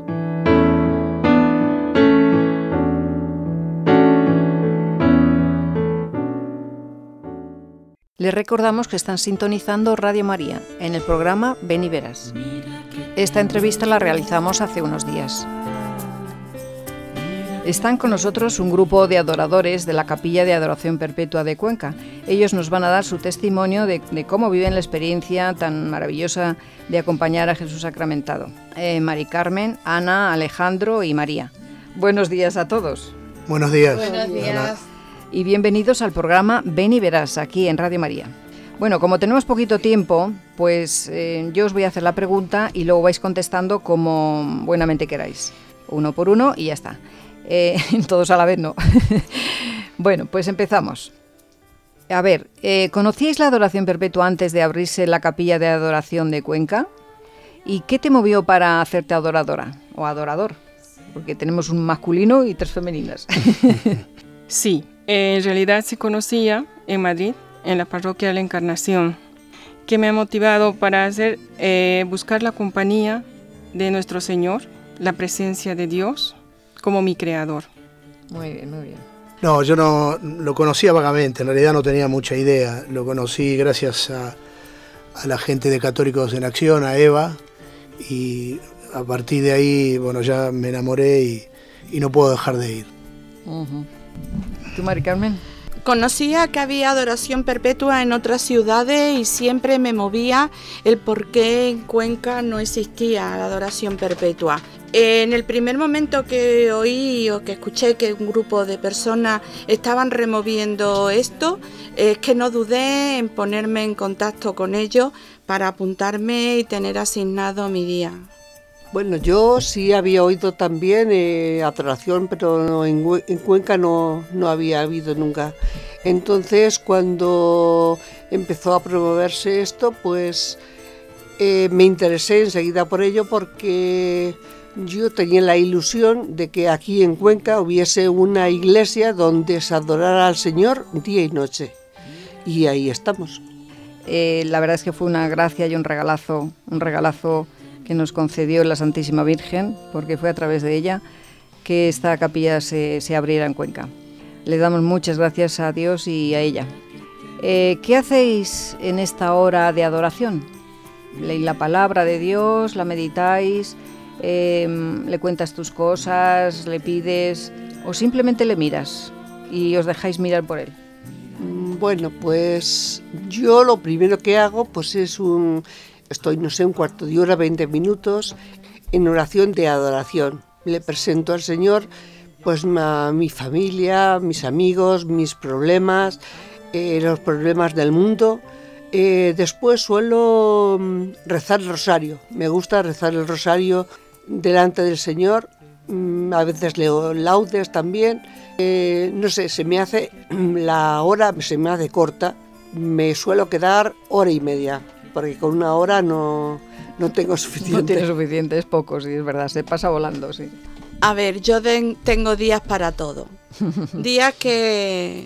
Les recordamos que están sintonizando Radio María en el programa Ven y Verás. Esta entrevista la realizamos hace unos días. Están con nosotros un grupo de adoradores de la Capilla de Adoración Perpetua de Cuenca. Ellos nos van a dar su testimonio de cómo viven la experiencia tan maravillosa de acompañar a Jesús sacramentado. Mari Carmen, Ana, Alejandro y María. Buenos días a todos. Buenos días. Buenos días. Y bienvenidos al programa Ven y Verás, aquí en Radio María. Bueno, como tenemos poquito tiempo, pues yo os voy a hacer la pregunta y luego vais contestando como buenamente queráis. Uno por uno y ya está. Todos a la vez no. Bueno, pues empezamos. A ver, ¿conocíais la adoración perpetua antes de abrirse la capilla de adoración de Cuenca? ¿Y qué te movió para hacerte adoradora o adorador? Porque tenemos un masculino y 3 femeninas. Sí, en realidad se conocía en Madrid, en la parroquia de la Encarnación, que me ha motivado para buscar la compañía de nuestro Señor, la presencia de Dios como mi creador. Muy bien, muy bien. No, yo no lo conocía vagamente, en realidad no tenía mucha idea. Lo conocí gracias a la gente de Católicos en Acción, a Eva, y a partir de ahí, bueno, ya me enamoré y no puedo dejar de ir. Uh-huh. ¿Tú, Mari Carmen? Conocía que había adoración perpetua en otras ciudades y siempre me movía el por qué en Cuenca no existía la adoración perpetua. En el primer momento que oí o que escuché que un grupo de personas estaban removiendo esto, es que no dudé en ponerme en contacto con ellos para apuntarme y tener asignado mi día. Bueno, yo sí había oído también adoración, pero no, en Cuenca no había habido nunca. Entonces, cuando empezó a promoverse esto, pues me interesé enseguida por ello, porque yo tenía la ilusión de que aquí en Cuenca hubiese una iglesia donde se adorara al Señor día y noche. Y ahí estamos. La verdad es que fue una gracia y un regalazo que nos concedió la Santísima Virgen, porque fue a través de ella que esta capilla se abriera en Cuenca. Le damos muchas gracias a Dios y a ella. ¿Qué hacéis en esta hora de adoración? ¿Leéis la palabra de Dios? ¿La meditáis? ¿Le cuentas tus cosas? ¿Le pides? ¿O simplemente le miras y os dejáis mirar por él? Bueno, pues yo lo primero que hago pues estoy, no sé, un cuarto de hora, 20 minutos, en oración de adoración. Le presento al Señor pues a mi familia, mis amigos, mis problemas, los problemas del mundo. Después suelo rezar el rosario. Me gusta rezar el rosario delante del Señor. A veces leo laudes también. No sé, la hora se me hace corta. Me suelo quedar hora y media, porque con una hora no tengo suficiente. No tiene suficiente, es poco, sí, es verdad, se pasa volando, sí. A ver, yo tengo días para todo. Días que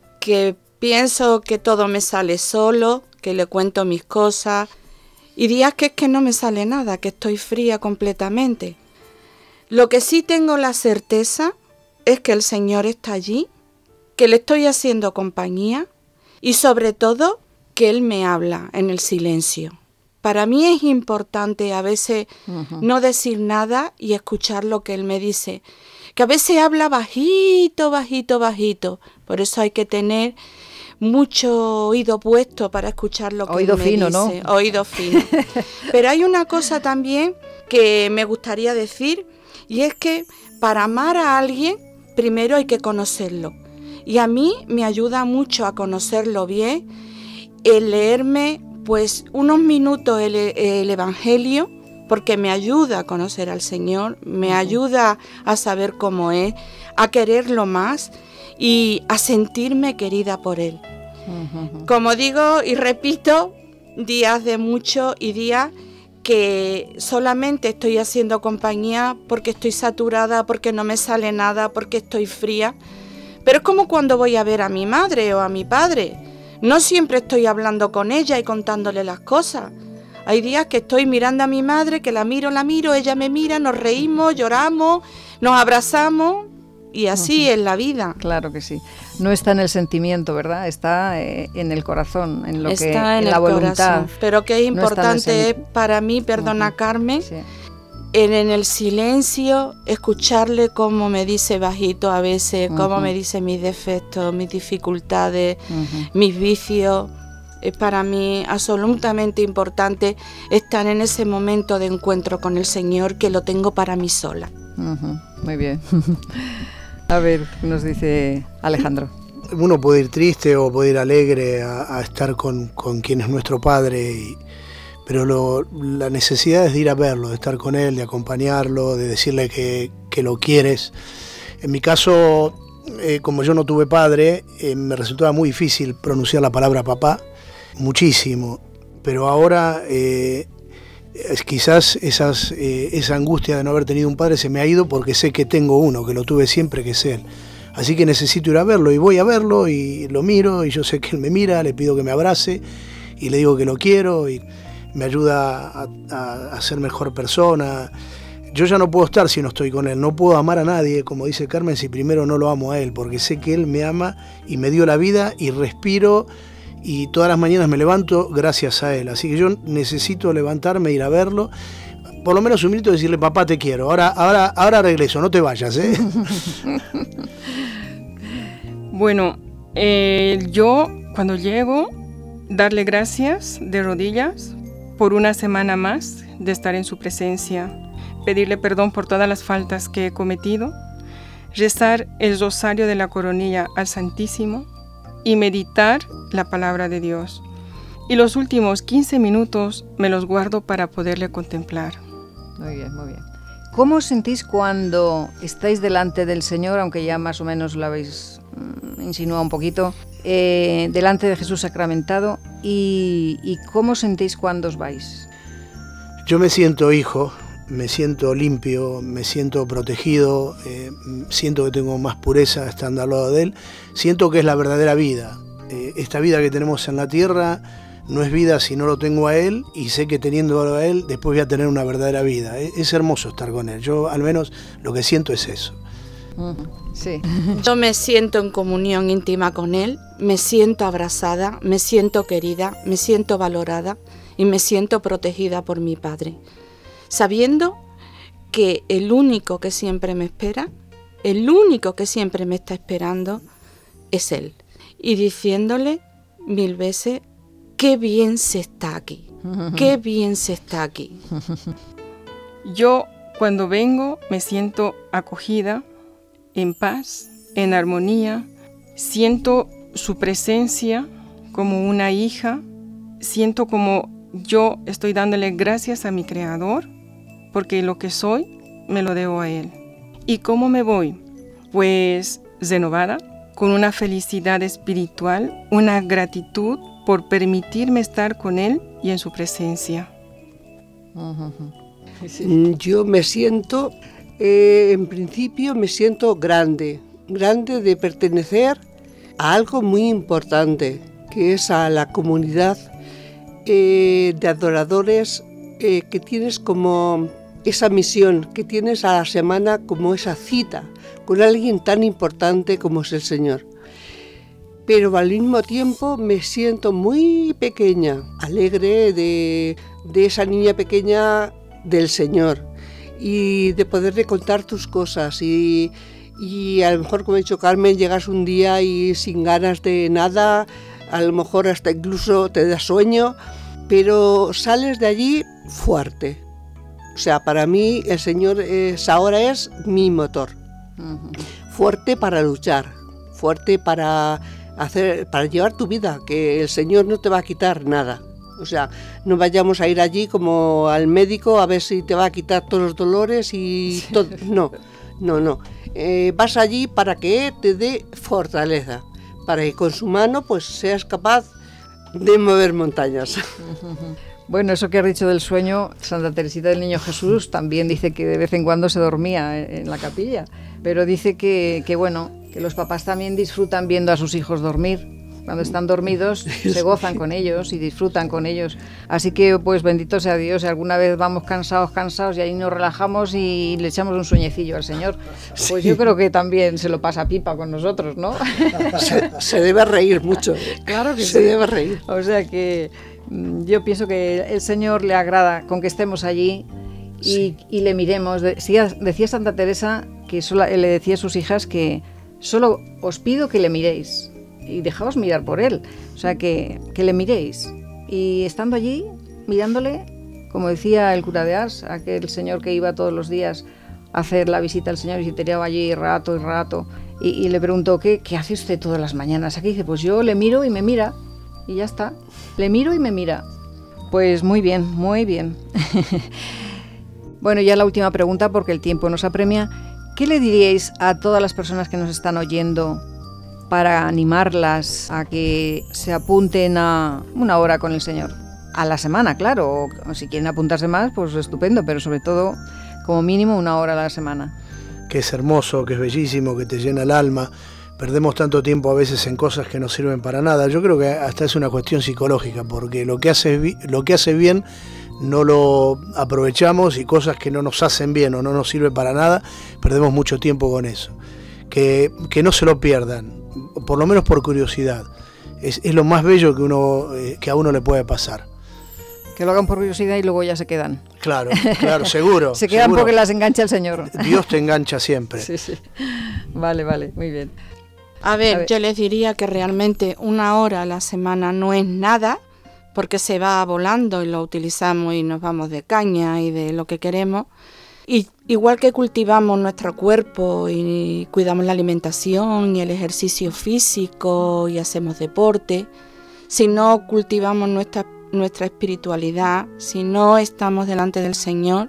pienso que todo me sale solo, que le cuento mis cosas, y días que es que no me sale nada, que estoy fría completamente. Lo que sí tengo la certeza es que el Señor está allí, que le estoy haciendo compañía y sobre todo que Él me habla en el silencio. Para mí es importante a veces no decir nada y escuchar lo que Él me dice, que a veces habla bajito, bajito, bajito. Por eso hay que tener mucho oído puesto para escuchar lo que Él me dice. ¿No? Oído fino. Pero hay una cosa también que me gustaría decir, y es que para amar a alguien, primero hay que conocerlo. Y a mí me ayuda mucho a conocerlo bien el leerme pues unos minutos el Evangelio, porque me ayuda a conocer al Señor, me ayuda a saber cómo es, a quererlo más y a sentirme querida por Él. Como digo y repito, días de mucho y días que solamente estoy haciendo compañía porque estoy saturada, porque no me sale nada, porque estoy fría. Pero es como cuando voy a ver a mi madre o a mi padre. No siempre estoy hablando con ella y contándole las cosas. Hay días que estoy mirando a mi madre, que la miro, ella me mira, nos reímos, lloramos, nos abrazamos y así es la vida. Claro que sí. No está en el sentimiento, ¿verdad? Está en el corazón, en lo está que en la el voluntad. Corazón. Pero qué importante es para mí, perdona Carmen, en el silencio, escucharle cómo me dice bajito a veces, cómo me dice mis defectos, mis dificultades, mis vicios. Es para mí absolutamente importante estar en ese momento de encuentro con el Señor, que lo tengo para mí sola. Muy bien. A ver, nos dice Alejandro. Uno puede ir triste o puede ir alegre a estar con quien es nuestro Padre, pero la necesidad es de ir a verlo, de estar con Él, de acompañarlo, de decirle que lo quieres. En mi caso, como yo no tuve padre, me resultaba muy difícil pronunciar la palabra papá, muchísimo, pero ahora quizás esa angustia de no haber tenido un padre se me ha ido porque sé que tengo uno, que lo tuve siempre, que es Él. Así que necesito ir a verlo y voy a verlo y lo miro y yo sé que Él me mira, le pido que me abrace y le digo que lo quiero y me ayuda a ser mejor persona. Yo ya no puedo estar si no estoy con Él, no puedo amar a nadie, como dice Carmen, si primero no lo amo a Él, porque sé que Él me ama y me dio la vida y respiro y todas las mañanas me levanto gracias a Él. Así que yo necesito levantarme, ir a verlo, por lo menos un minuto y decirle, papá, te quiero, ahora regreso, no te vayas, ¿eh? Bueno, yo cuando llego, darle gracias de rodillas por una semana más de estar en su presencia, pedirle perdón por todas las faltas que he cometido, rezar el rosario de la coronilla al Santísimo y meditar la palabra de Dios. Y los últimos 15 minutos me los guardo para poderle contemplar. Muy bien, muy bien. ¿Cómo os sentís cuando estáis delante del Señor, aunque ya más o menos lo habéis insinuado un poquito, delante de Jesús sacramentado, y cómo sentís cuando os vais? Yo me siento hijo, me siento limpio, me siento protegido, siento que tengo más pureza estando al lado de Él, siento que es la verdadera vida. Esta vida que tenemos en la tierra no es vida si no lo tengo a Él, y sé que teniéndolo a Él después voy a tener una verdadera vida. Es hermoso estar con Él, yo al menos lo que siento es eso. Sí. Yo me siento en comunión íntima con Él, me siento abrazada, me siento querida, me siento valorada y me siento protegida por mi Padre, sabiendo que el único que siempre me espera, el único que siempre me está esperando es Él, y diciéndole 1000 veces, qué bien se está aquí, qué bien se está aquí. Yo cuando vengo me siento acogida, en paz, en armonía, siento su presencia como una hija, siento como yo estoy dándole gracias a mi Creador, porque lo que soy me lo debo a Él. ¿Y cómo me voy? Pues renovada, con una felicidad espiritual, una gratitud por permitirme estar con Él y en su presencia. Yo me siento, en principio me siento grande de pertenecer a algo muy importante, que es a la comunidad de adoradores, que tienes como esa misión, que tienes a la semana como esa cita con alguien tan importante como es el Señor. Pero al mismo tiempo me siento muy pequeña, alegre de esa niña pequeña del Señor y de poderle contar tus cosas y a lo mejor, como ha dicho Carmen, llegas un día y sin ganas de nada, a lo mejor hasta incluso te da sueño, pero sales de allí fuerte. O sea, para mí el Señor ahora es mi motor. Fuerte para luchar, fuerte para llevar tu vida, que el Señor no te va a quitar nada. O sea, no vayamos a ir allí como al médico a ver si te va a quitar todos los dolores y todo. No. Vas allí para que te dé fortaleza, para que con su mano pues seas capaz de mover montañas. Bueno, eso que has dicho del sueño, Santa Teresita del Niño Jesús también dice que de vez en cuando se dormía en la capilla, pero dice que los papás también disfrutan viendo a sus hijos dormir. Cuando están dormidos se gozan con ellos y disfrutan con ellos. Así que pues bendito sea Dios, si alguna vez vamos cansados y ahí nos relajamos y le echamos un sueñecillo al Señor, pues yo creo que también se lo pasa pipa con nosotros, ¿no? Se debe reír mucho. Claro que se debe reír. O sea que yo pienso que el Señor le agrada con que estemos allí y le miremos. Decía Santa Teresa que le decía a sus hijas que solo os pido que le miréis y dejaos mirar por él, o sea que le miréis. Y estando allí, mirándole, como decía el cura de Ars, aquel señor que iba todos los días a hacer la visita al Señor y se tiraba allí rato y rato, y le preguntó, ¿qué hace usted todas las mañanas aquí? Dice, pues yo le miro y me mira, y ya está, le miro y me mira. Pues muy bien, muy bien. Bueno, ya la última pregunta, porque el tiempo nos apremia. ¿Qué le diríais a todas las personas que nos están oyendo para animarlas a que se apunten a una hora con el Señor? A la semana, claro, o si quieren apuntarse más, pues estupendo, pero sobre todo, como mínimo, una hora a la semana. Que es hermoso, que es bellísimo, que te llena el alma. Perdemos tanto tiempo a veces en cosas que no sirven para nada. Yo creo que hasta es una cuestión psicológica, porque lo que hace bien no lo aprovechamos, y cosas que no nos hacen bien o no nos sirven para nada, perdemos mucho tiempo con eso. Que no se lo pierdan, por lo menos por curiosidad. Es lo más bello que a uno le puede pasar. Que lo hagan por curiosidad y luego ya se quedan. Claro, seguro. Se quedan porque las engancha el Señor. Dios te engancha siempre. Sí. Vale, muy bien. A ver, yo les diría que realmente una hora a la semana no es nada, porque se va volando y lo utilizamos y nos vamos de caña y de lo que queremos. Y igual que cultivamos nuestro cuerpo y cuidamos la alimentación y el ejercicio físico y hacemos deporte, si no cultivamos nuestra espiritualidad, si no estamos delante del Señor,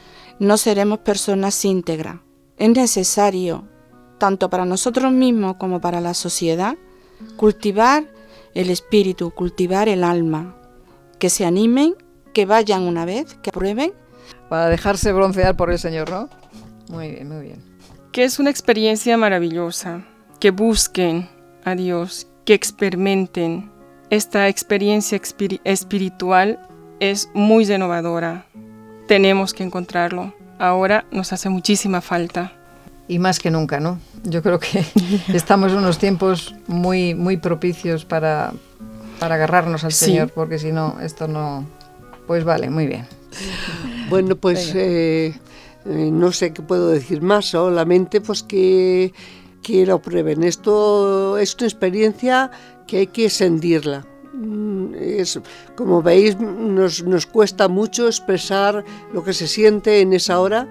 no seremos personas íntegras. Es necesario, tanto para nosotros mismos como para la sociedad, cultivar el espíritu, cultivar el alma, que se animen, que vayan una vez, que aprueben. Para dejarse broncear por el Señor, ¿no? Muy bien. Que es una experiencia maravillosa, que busquen a Dios, que experimenten. Esta experiencia espiritual es muy renovadora. Tenemos que encontrarlo. Ahora nos hace muchísima falta. Y más que nunca, ¿no? Yo creo que estamos en unos tiempos muy, muy propicios para agarrarnos al Señor, porque si no, esto no... Pues vale, muy bien. Bueno, pues no sé qué puedo decir más, solamente pues que lo prueben. Esto es una experiencia que hay que sentirla. Como veis, nos cuesta mucho expresar lo que se siente en esa hora,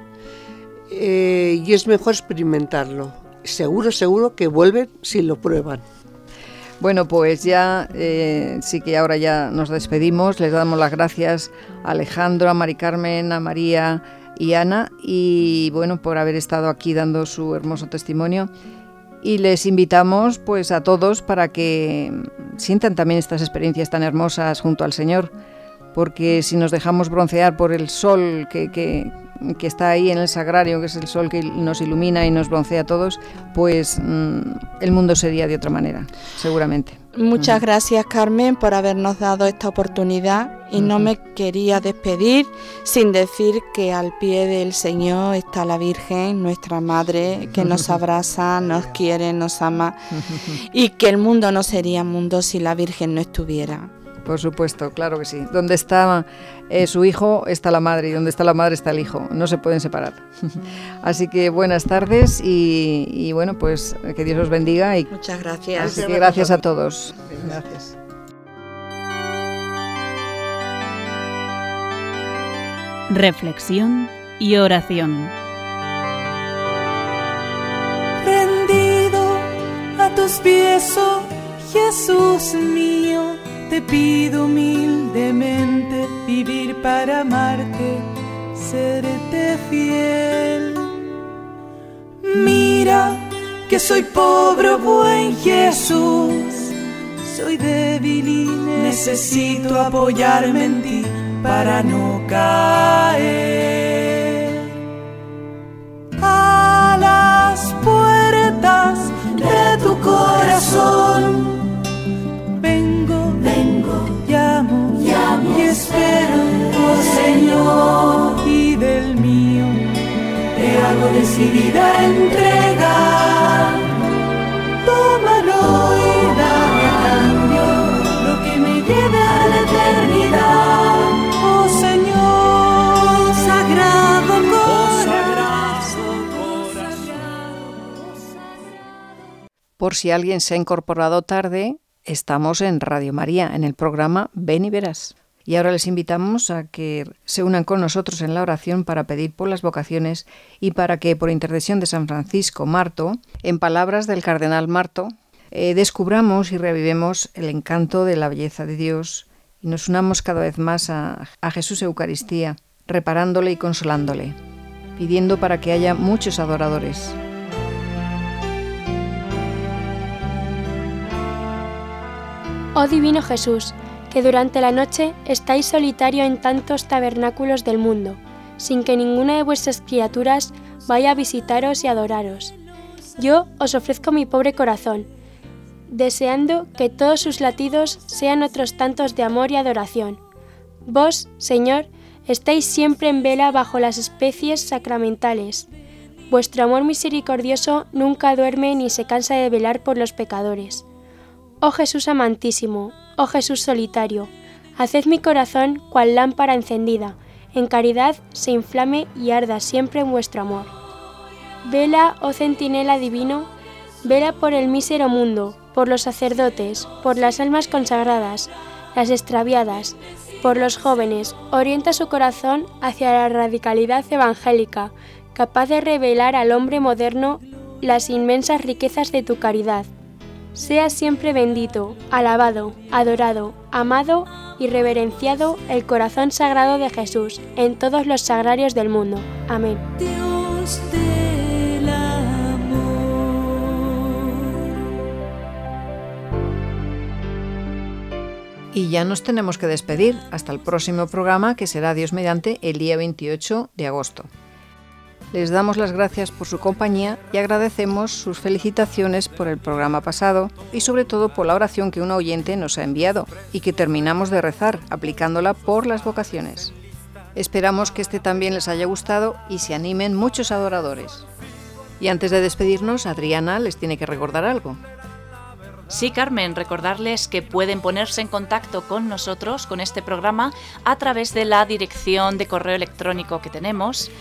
y es mejor experimentarlo. Seguro que vuelven si lo prueban. Bueno, pues ya sí que ahora ya nos despedimos. Les damos las gracias a Alejandro, a Mari Carmen, a María y Ana, y bueno, por haber estado aquí dando su hermoso testimonio. Y les invitamos pues a todos para que sientan también estas experiencias tan hermosas junto al Señor, porque si nos dejamos broncear por el sol que está ahí en el sagrario, que es el sol que nos ilumina y nos broncea a todos, pues el mundo sería de otra manera, seguramente. Muchas gracias, Carmen, por habernos dado esta oportunidad, y no me quería despedir sin decir que al pie del Señor está la Virgen, nuestra Madre, que nos abraza, nos quiere, nos ama, y que el mundo no sería mundo si la Virgen no estuviera. Por supuesto, claro que sí. Donde está su hijo está la madre, y donde está la madre está el hijo. No se pueden separar. Así que buenas tardes y bueno, pues que Dios os bendiga. Y muchas gracias. Así que gracias a todos. Gracias. Reflexión y oración. Rendido a tus pies, oh Jesús mío, te pido humildemente vivir para amarte, serte fiel. Mira que soy pobre, buen Jesús, soy débil y necesito apoyarme en ti para no caer. A las puertas de tu corazón llamo y espero, oh Señor, y del mío te hago decidida entrega. Tómalo y dame a cambio lo que me lleve a la eternidad, oh Señor sagrado. Por si alguien se ha incorporado tarde, estamos en Radio María, en el programa Ven y Verás. Y ahora les invitamos a que se unan con nosotros en la oración para pedir por las vocaciones y para que, por intercesión de San Francisco Marto, en palabras del cardenal Marto, descubramos y revivemos el encanto de la belleza de Dios y nos unamos cada vez más a Jesús Eucaristía, reparándole y consolándole, pidiendo para que haya muchos adoradores. Oh Divino Jesús, que durante la noche estáis solitario en tantos tabernáculos del mundo, sin que ninguna de vuestras criaturas vaya a visitaros y adoraros. Yo os ofrezco mi pobre corazón, deseando que todos sus latidos sean otros tantos de amor y adoración. Vos, Señor, estáis siempre en vela bajo las especies sacramentales. Vuestro amor misericordioso nunca duerme ni se cansa de velar por los pecadores. Oh Jesús amantísimo, oh Jesús solitario, haced mi corazón cual lámpara encendida, en caridad se inflame y arda siempre en vuestro amor. Vela, oh centinela divino, vela por el mísero mundo, por los sacerdotes, por las almas consagradas, las extraviadas, por los jóvenes, orienta su corazón hacia la radicalidad evangélica, capaz de revelar al hombre moderno las inmensas riquezas de tu caridad. Sea siempre bendito, alabado, adorado, amado y reverenciado el corazón sagrado de Jesús en todos los sagrarios del mundo. Amén. Dios del amor. Y ya nos tenemos que despedir hasta el próximo programa, que será Dios mediante el día 28 de agosto. Les damos las gracias por su compañía y agradecemos sus felicitaciones por el programa pasado y sobre todo por la oración que un oyente nos ha enviado y que terminamos de rezar aplicándola por las vocaciones. Esperamos que este también les haya gustado y se animen muchos adoradores. Y antes de despedirnos, Adriana les tiene que recordar algo. Sí, Carmen, recordarles que pueden ponerse en contacto con nosotros, con este programa, a través de la dirección de correo electrónico que tenemos,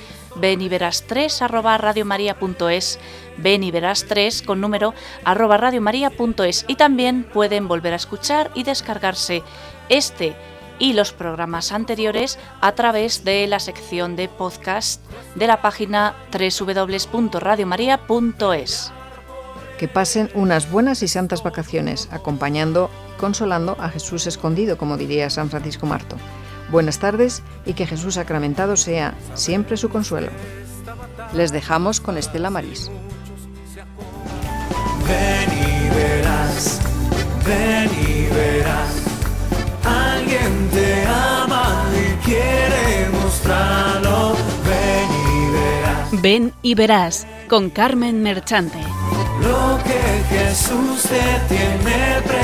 beniveras3@radiomaria.es, beniveras3 con número @radiomaria.es, y también pueden volver a escuchar y descargarse este y los programas anteriores a través de la sección de podcast de la página www.radiomaria.es. Que pasen unas buenas y santas vacaciones, acompañando y consolando a Jesús escondido, como diría San Francisco Marto. Buenas tardes y que Jesús sacramentado sea siempre su consuelo. Les dejamos con Estela Maris. Ven y verás, alguien te ama y quiere mostrarlo. Ven y verás. Ven y verás, con Carmen Merchante. Lo que Jesús te tiene preparado.